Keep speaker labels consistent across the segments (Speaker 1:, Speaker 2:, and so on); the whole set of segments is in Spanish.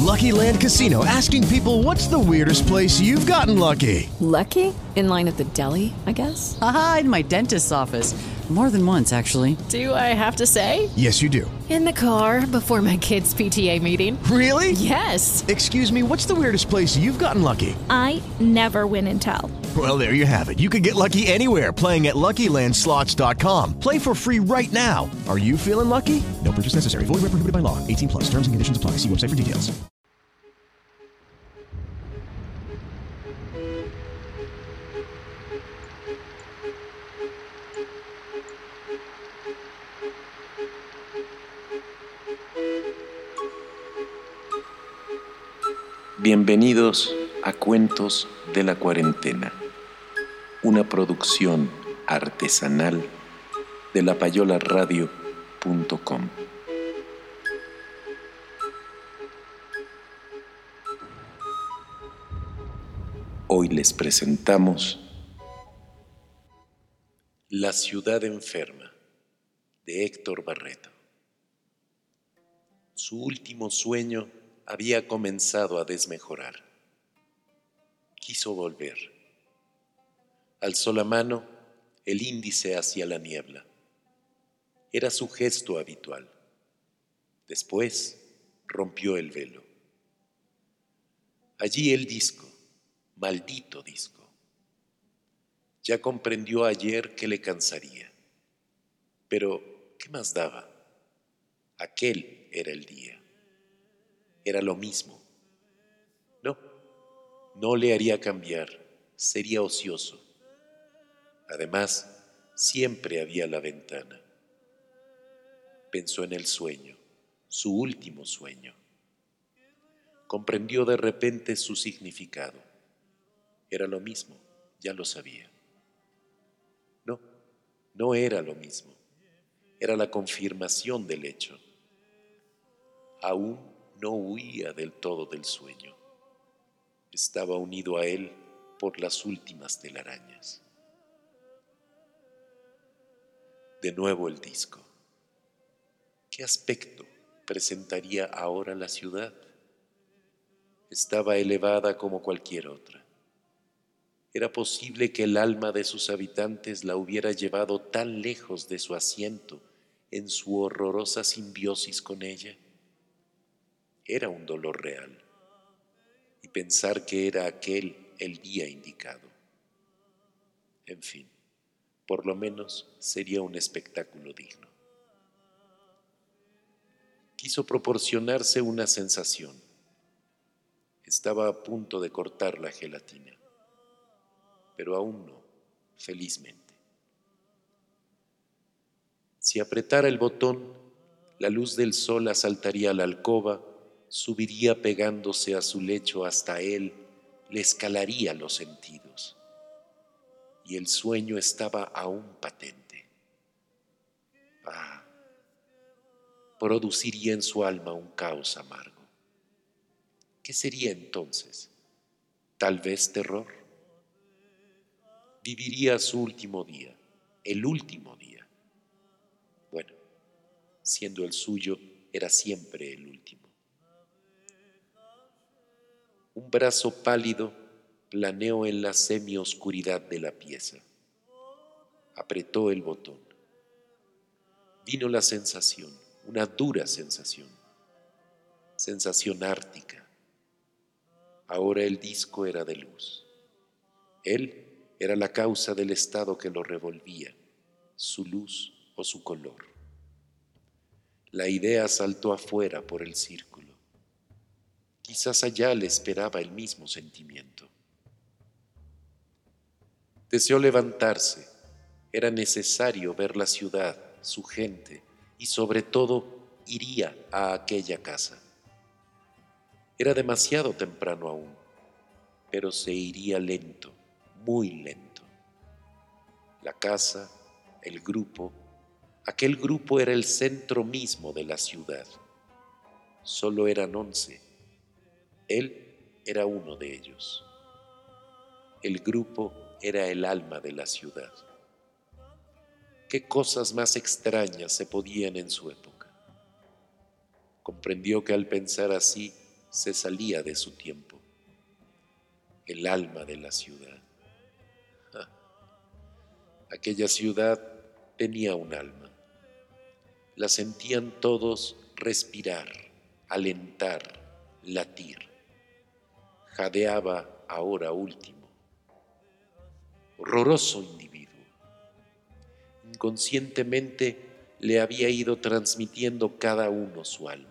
Speaker 1: Lucky Land Casino, asking people, what's the weirdest place you've gotten lucky?
Speaker 2: Lucky? In line at the deli, I guess?
Speaker 3: Aha, in my dentist's office. More than once, actually.
Speaker 2: Do I have to say?
Speaker 1: Yes, you do.
Speaker 2: In the car before my kids' PTA meeting.
Speaker 1: Really?
Speaker 2: Yes.
Speaker 1: Excuse me, what's the weirdest place you've gotten lucky?
Speaker 4: I never win and tell.
Speaker 1: Well, there you have it. You can get lucky anywhere, playing at LuckyLandSlots.com. Play for free right now. Are you feeling lucky? No purchase necessary. Void where prohibited by law. 18 plus. Terms and conditions apply. See website for details.
Speaker 5: Bienvenidos a Cuentos de la Cuarentena, una producción artesanal de lapayolaradio.com. Hoy les presentamos La ciudad enferma, de Héctor Barreto. Su último sueño había comenzado a desmejorar. Quiso volver. Alzó la mano, el índice hacia la niebla. Era su gesto habitual. Después rompió el velo. Allí el disco, maldito disco. Ya comprendió ayer que le cansaría. Pero, ¿qué más daba? Aquel era el día. Era lo mismo. No le haría cambiar, sería ocioso. Además, siempre había la ventana. Pensó en el sueño, su último sueño. Comprendió de repente su significado. Era lo mismo, ya lo sabía. No era lo mismo. Era la confirmación del hecho. Aún no huía del todo del sueño. Estaba unido a él por las últimas telarañas. De nuevo el disco. ¿Qué aspecto presentaría ahora la ciudad? Estaba elevada como cualquier otra. ¿Era posible que el alma de sus habitantes la hubiera llevado tan lejos de su asiento en su horrorosa simbiosis con ella? Era un dolor real, y pensar que era aquel el día indicado. En fin, por lo menos sería un espectáculo digno. Quiso proporcionarse una sensación. Estaba a punto de cortar la gelatina, pero aún no, felizmente. Si apretara el botón, la luz del sol asaltaría la alcoba, subiría pegándose a su lecho hasta él, le escalaría los sentidos. Y el sueño estaba aún patente. Produciría en su alma un caos amargo. ¿Qué sería entonces? ¿Tal vez terror? Viviría su último día, el último día. Bueno, siendo el suyo, era siempre el último. Un brazo pálido planeó en la semioscuridad de la pieza. Apretó el botón. Vino la sensación, una dura sensación ártica. Ahora el disco era de luz. Él era la causa del estado que lo revolvía, su luz o su color. La idea saltó afuera por el círculo. Quizás allá le esperaba el mismo sentimiento. Deseó levantarse. Era necesario ver la ciudad, su gente, y sobre todo iría a aquella casa. Era demasiado temprano aún, pero se iría lento, muy lento. La casa, el grupo, aquel grupo era el centro mismo de la ciudad. Solo eran 11. Él era uno de ellos. El grupo era el alma de la ciudad. ¿Qué cosas más extrañas se podían en su época? Comprendió que al pensar así se salía de su tiempo, el alma de la ciudad. Ah, aquella ciudad tenía un alma. La sentían todos respirar, alentar, latir. Jadeaba ahora último. Horroroso individuo. Inconscientemente le había ido transmitiendo cada uno su alma.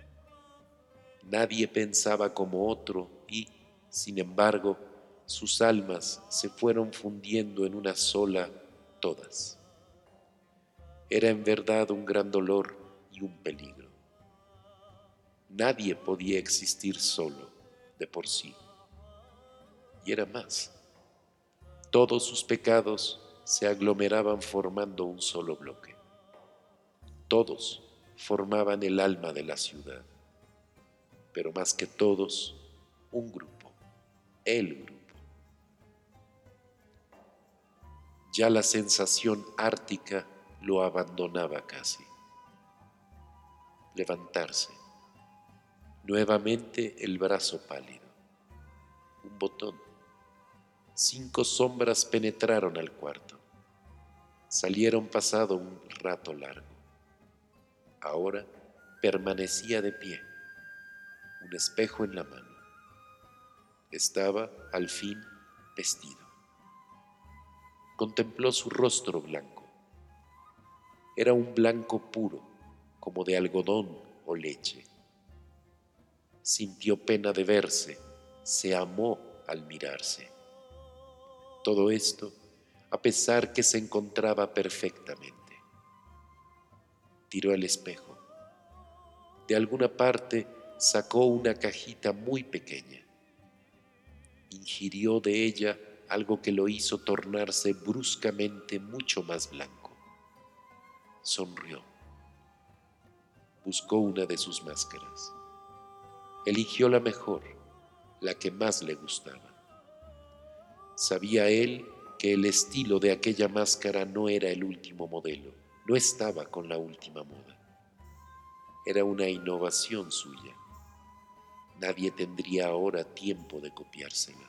Speaker 5: Nadie pensaba como otro y, sin embargo, sus almas se fueron fundiendo en una sola, todas. Era en verdad un gran dolor y un peligro. Nadie podía existir solo, de por sí. Y era más. Todos sus pecados se aglomeraban formando un solo bloque. Todos formaban el alma de la ciudad, pero más que todos, un grupo, el grupo. Ya la sensación ártica lo abandonaba casi. Levantarse, nuevamente el brazo pálido, un botón. 5 sombras penetraron al cuarto. Salieron pasado un rato largo. Ahora permanecía de pie, un espejo en la mano. Estaba, al fin, vestido. Contempló su rostro blanco. Era un blanco puro, como de algodón o leche. Sintió pena de verse, se amó al mirarse. Todo esto a pesar que se encontraba perfectamente. Tiró el espejo. De alguna parte sacó una cajita muy pequeña. Ingirió de ella algo que lo hizo tornarse bruscamente mucho más blanco. Sonrió. Buscó una de sus máscaras. Eligió la mejor, la que más le gustaba. Sabía él que el estilo de aquella máscara no era el último modelo, no estaba con la última moda. Era una innovación suya. Nadie tendría ahora tiempo de copiársela.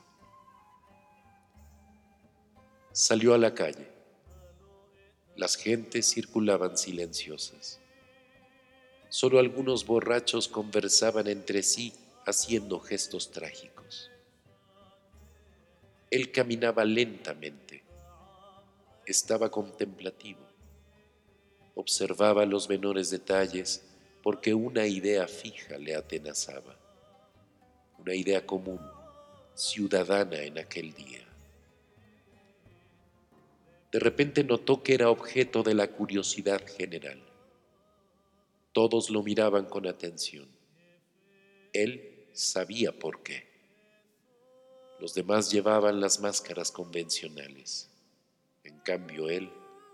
Speaker 5: Salió a la calle. Las gentes circulaban silenciosas. Solo algunos borrachos conversaban entre sí haciendo gestos trágicos. Él caminaba lentamente. Estaba contemplativo. Observaba los menores detalles porque una idea fija le atenazaba. Una idea común, ciudadana en aquel día. De repente notó que era objeto de la curiosidad general. Todos lo miraban con atención. Él sabía por qué. Los demás llevaban las máscaras convencionales. En cambio, él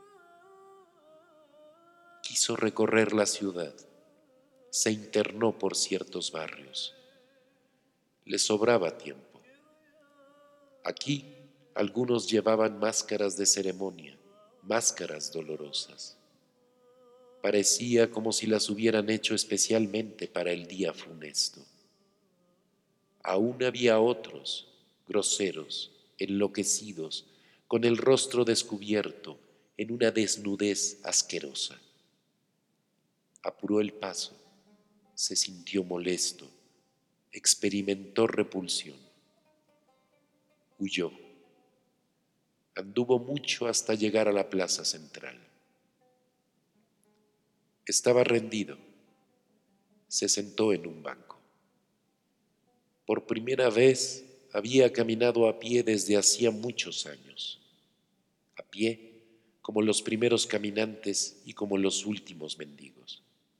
Speaker 5: quiso recorrer la ciudad. Se internó por ciertos barrios. Le sobraba tiempo. Aquí algunos llevaban máscaras de ceremonia, máscaras dolorosas. Parecía como si las hubieran hecho especialmente para el día funesto. Aún había otros, groseros, enloquecidos, con el rostro descubierto en una desnudez asquerosa. Apuró el paso, se sintió molesto, experimentó repulsión. Huyó. Anduvo mucho hasta llegar a la plaza central. Estaba rendido. Se sentó en un banco. Por primera vez había caminado a pie desde hacía muchos años. A pie, como los primeros caminantes y como los últimos mendigos.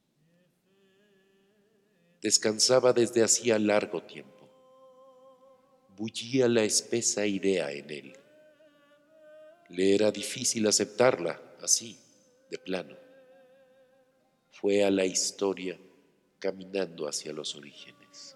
Speaker 5: Descansaba desde hacía largo tiempo. Bullía la espesa idea en él. Le era difícil aceptarla así, de plano. Fue a la historia caminando hacia los orígenes.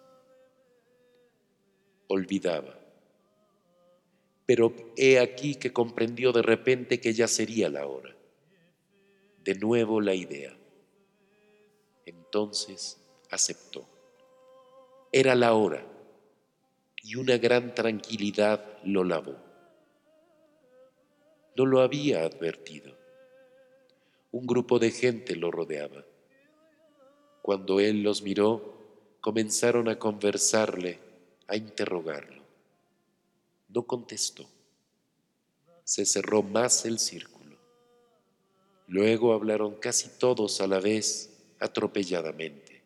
Speaker 5: Olvidaba. Pero he aquí que comprendió de repente que ya sería la hora. De nuevo la idea. Entonces aceptó. Era la hora, y una gran tranquilidad lo lavó. No lo había advertido. Un grupo de gente lo rodeaba. Cuando él los miró, comenzaron a conversarle, a interrogarlo. No contestó. Se cerró más el círculo. Luego hablaron casi todos a la vez, atropelladamente.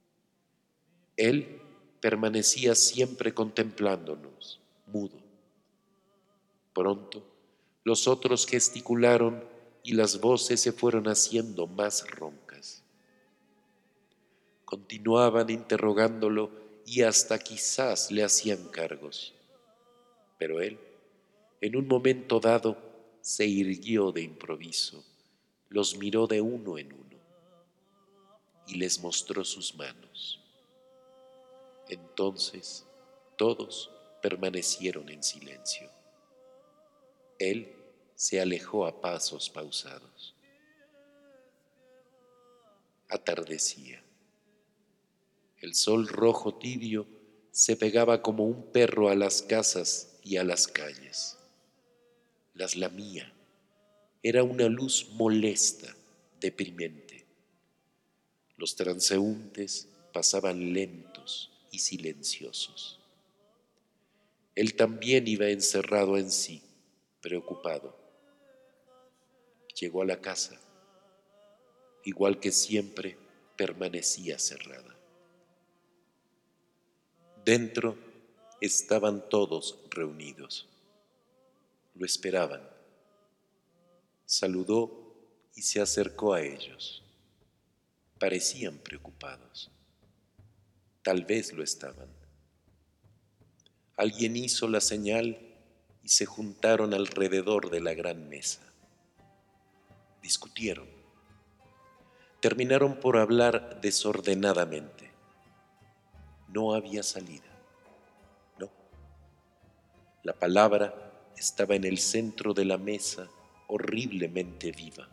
Speaker 5: Él permanecía siempre contemplándonos, mudo. Pronto, los otros gesticularon y las voces se fueron haciendo más roncas. Continuaban interrogándolo y hasta quizás le hacían cargos. Pero él, en un momento dado, se irguió de improviso, los miró de uno en uno y les mostró sus manos. Entonces todos permanecieron en silencio. Él se alejó a pasos pausados. Atardecía. El sol rojo tibio se pegaba como un perro a las casas y a las calles. Las lamía. Era una luz molesta, deprimente. Los transeúntes pasaban lentos y silenciosos. Él también iba encerrado en sí, preocupado. Llegó a la casa. Igual que siempre, permanecía cerrada. Dentro estaban todos reunidos. Lo esperaban. Saludó y se acercó a ellos. Parecían preocupados. Tal vez lo estaban. Alguien hizo la señal y se juntaron alrededor de la gran mesa. Discutieron. Terminaron por hablar desordenadamente. No había salida. No. La palabra estaba en el centro de la mesa, horriblemente viva.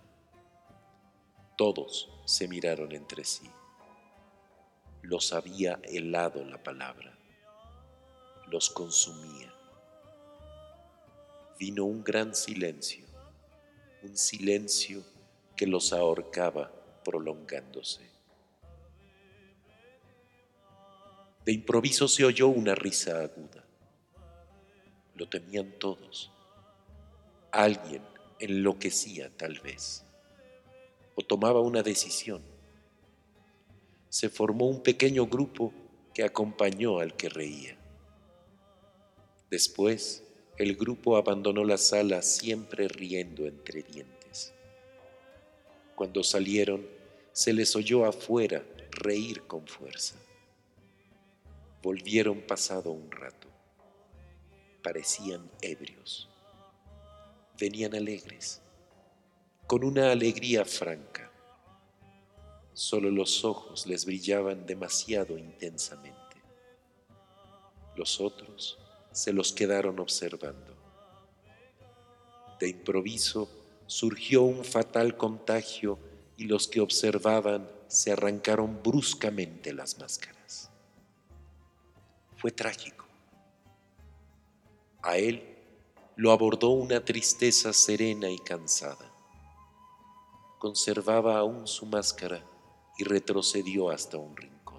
Speaker 5: Todos se miraron entre sí. Los había helado la palabra. Los consumía. Vino un gran silencio, un silencio que los ahorcaba prolongándose. De improviso se oyó una risa aguda. Lo temían todos. Alguien enloquecía tal vez, o tomaba una decisión. Se formó un pequeño grupo que acompañó al que reía. Después, el grupo abandonó la sala siempre riendo entre dientes. Cuando salieron, se les oyó afuera reír con fuerza. Volvieron pasado un rato. Parecían ebrios. Venían alegres, con una alegría franca. Solo los ojos les brillaban demasiado intensamente. Los otros se los quedaron observando. De improviso surgió un fatal contagio y los que observaban se arrancaron bruscamente las máscaras. Fue trágico. A él lo abordó una tristeza serena y cansada. Conservaba aún su máscara y retrocedió hasta un rincón.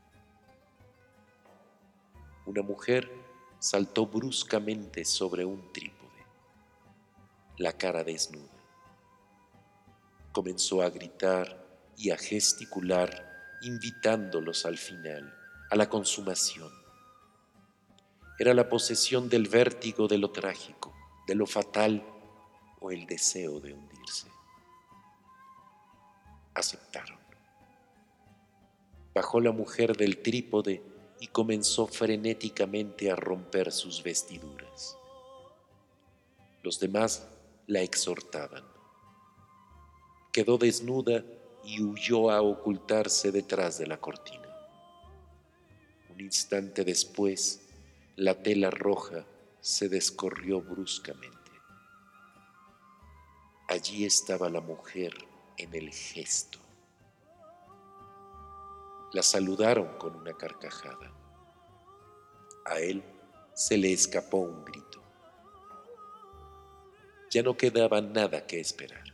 Speaker 5: Una mujer saltó bruscamente sobre un trípode, la cara desnuda. Comenzó a gritar y a gesticular, invitándolos al final, a la consumación. Era la posesión del vértigo de lo trágico, de lo fatal o el deseo de hundirse. Aceptaron. Bajó la mujer del trípode y comenzó frenéticamente a romper sus vestiduras. Los demás la exhortaban. Quedó desnuda y huyó a ocultarse detrás de la cortina. Un instante después, la tela roja se descorrió bruscamente. Allí estaba la mujer en el gesto. La saludaron con una carcajada. A él se le escapó un grito. Ya no quedaba nada que esperar.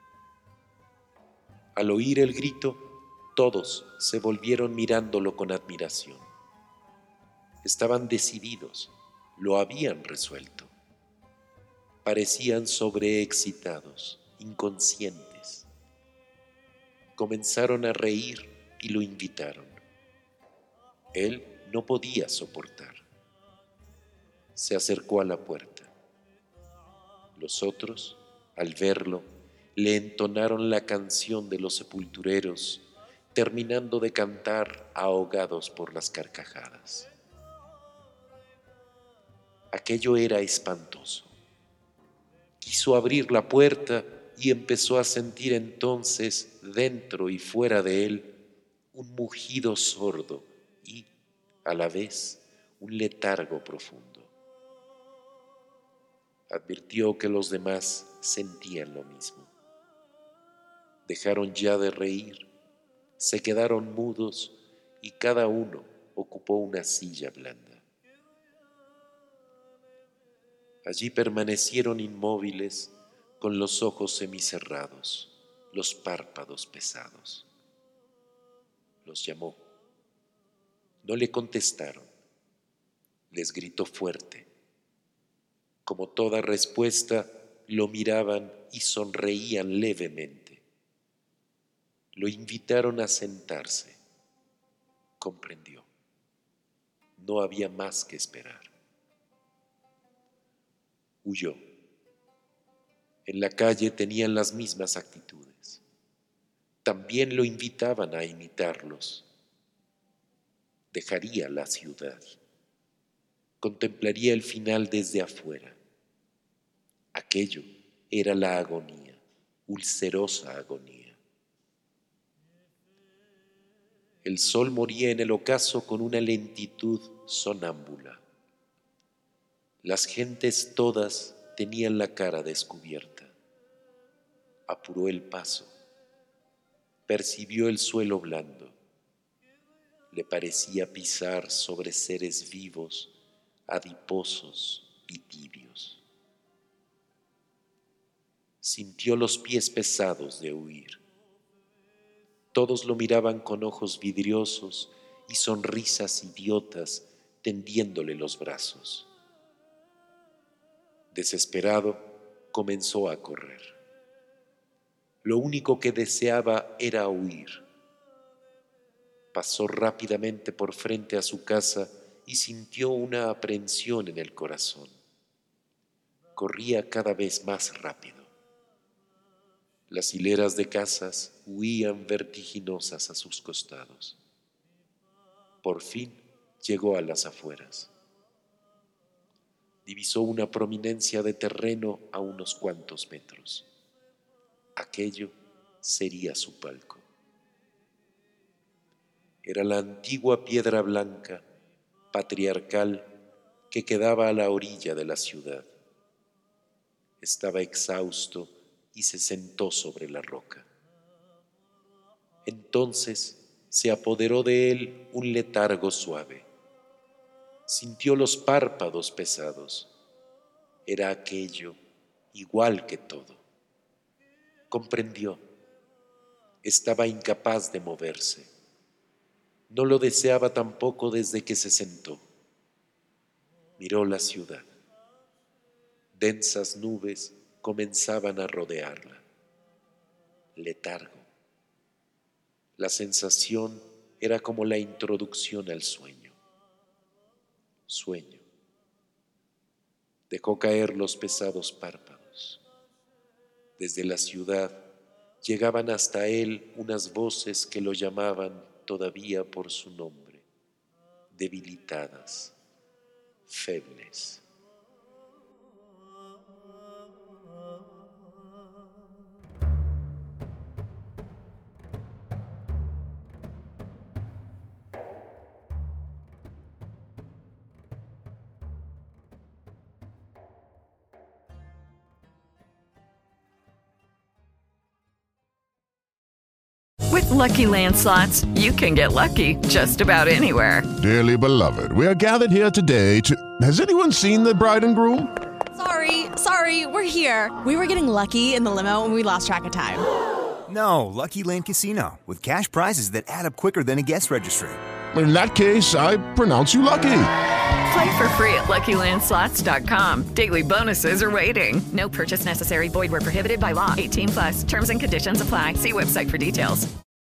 Speaker 5: Al oír el grito, todos se volvieron mirándolo con admiración. Estaban decididos, lo habían resuelto. Parecían sobreexcitados, inconscientes. Comenzaron a reír y lo invitaron. Él no podía soportar. Se acercó a la puerta. Los otros, al verlo, le entonaron la canción de los sepultureros, terminando de cantar ahogados por las carcajadas. Aquello era espantoso. Quiso abrir la puerta y empezó a sentir entonces, dentro y fuera de él, un mugido sordo y, a la vez, un letargo profundo. Advirtió que los demás sentían lo mismo. Dejaron ya de reír, se quedaron mudos y cada uno ocupó una silla blanda. Allí permanecieron inmóviles con los ojos semicerrados, los párpados pesados. Los llamó. No le contestaron. Les gritó fuerte. Como toda respuesta, lo miraban y sonreían levemente. Lo invitaron a sentarse. Comprendió. No había más que esperar. Huyó. En la calle tenían las mismas actitudes. También lo invitaban a imitarlos. Dejaría la ciudad. Contemplaría el final desde afuera. Aquello era la agonía, ulcerosa agonía. El sol moría en el ocaso con una lentitud sonámbula. Las gentes todas tenían la cara descubierta. Apuró el paso. Percibió el suelo blando. Le parecía pisar sobre seres vivos, adiposos y tibios. Sintió los pies pesados de huir. Todos lo miraban con ojos vidriosos y sonrisas idiotas tendiéndole los brazos. Desesperado, comenzó a correr. Lo único que deseaba era huir. Pasó rápidamente por frente a su casa y sintió una aprensión en el corazón. Corría cada vez más rápido. Las hileras de casas huían vertiginosas a sus costados. Por fin llegó a las afueras. Divisó una prominencia de terreno a unos cuantos metros. Aquello sería su palco. Era la antigua piedra blanca, patriarcal, que quedaba a la orilla de la ciudad. Estaba exhausto y se sentó sobre la roca. Entonces se apoderó de él un letargo suave. Sintió los párpados pesados. Era aquello igual que todo. Comprendió. Estaba incapaz de moverse. No lo deseaba tampoco desde que se sentó. Miró la ciudad. Densas nubes comenzaban a rodearla. Letargo. La sensación era como la introducción al sueño. Sueño. Dejó caer los pesados párpados. Desde la ciudad llegaban hasta él unas voces que lo llamaban todavía por su nombre, debilitadas, febles.
Speaker 6: With With Lucky Land Slots, you can get lucky just about anywhere.
Speaker 7: Dearly beloved, we are gathered here today to... Has anyone seen the bride and groom?
Speaker 8: Sorry, we're here. We were getting lucky in the limo and we lost track of time.
Speaker 9: No, Lucky Land Casino, with cash prizes that add up quicker than a guest registry.
Speaker 7: In that case, I pronounce you lucky.
Speaker 6: Play for free at LuckyLandSlots.com. Daily bonuses are waiting. No purchase necessary. Void where prohibited by law. 18+. Terms and conditions apply. See website for details.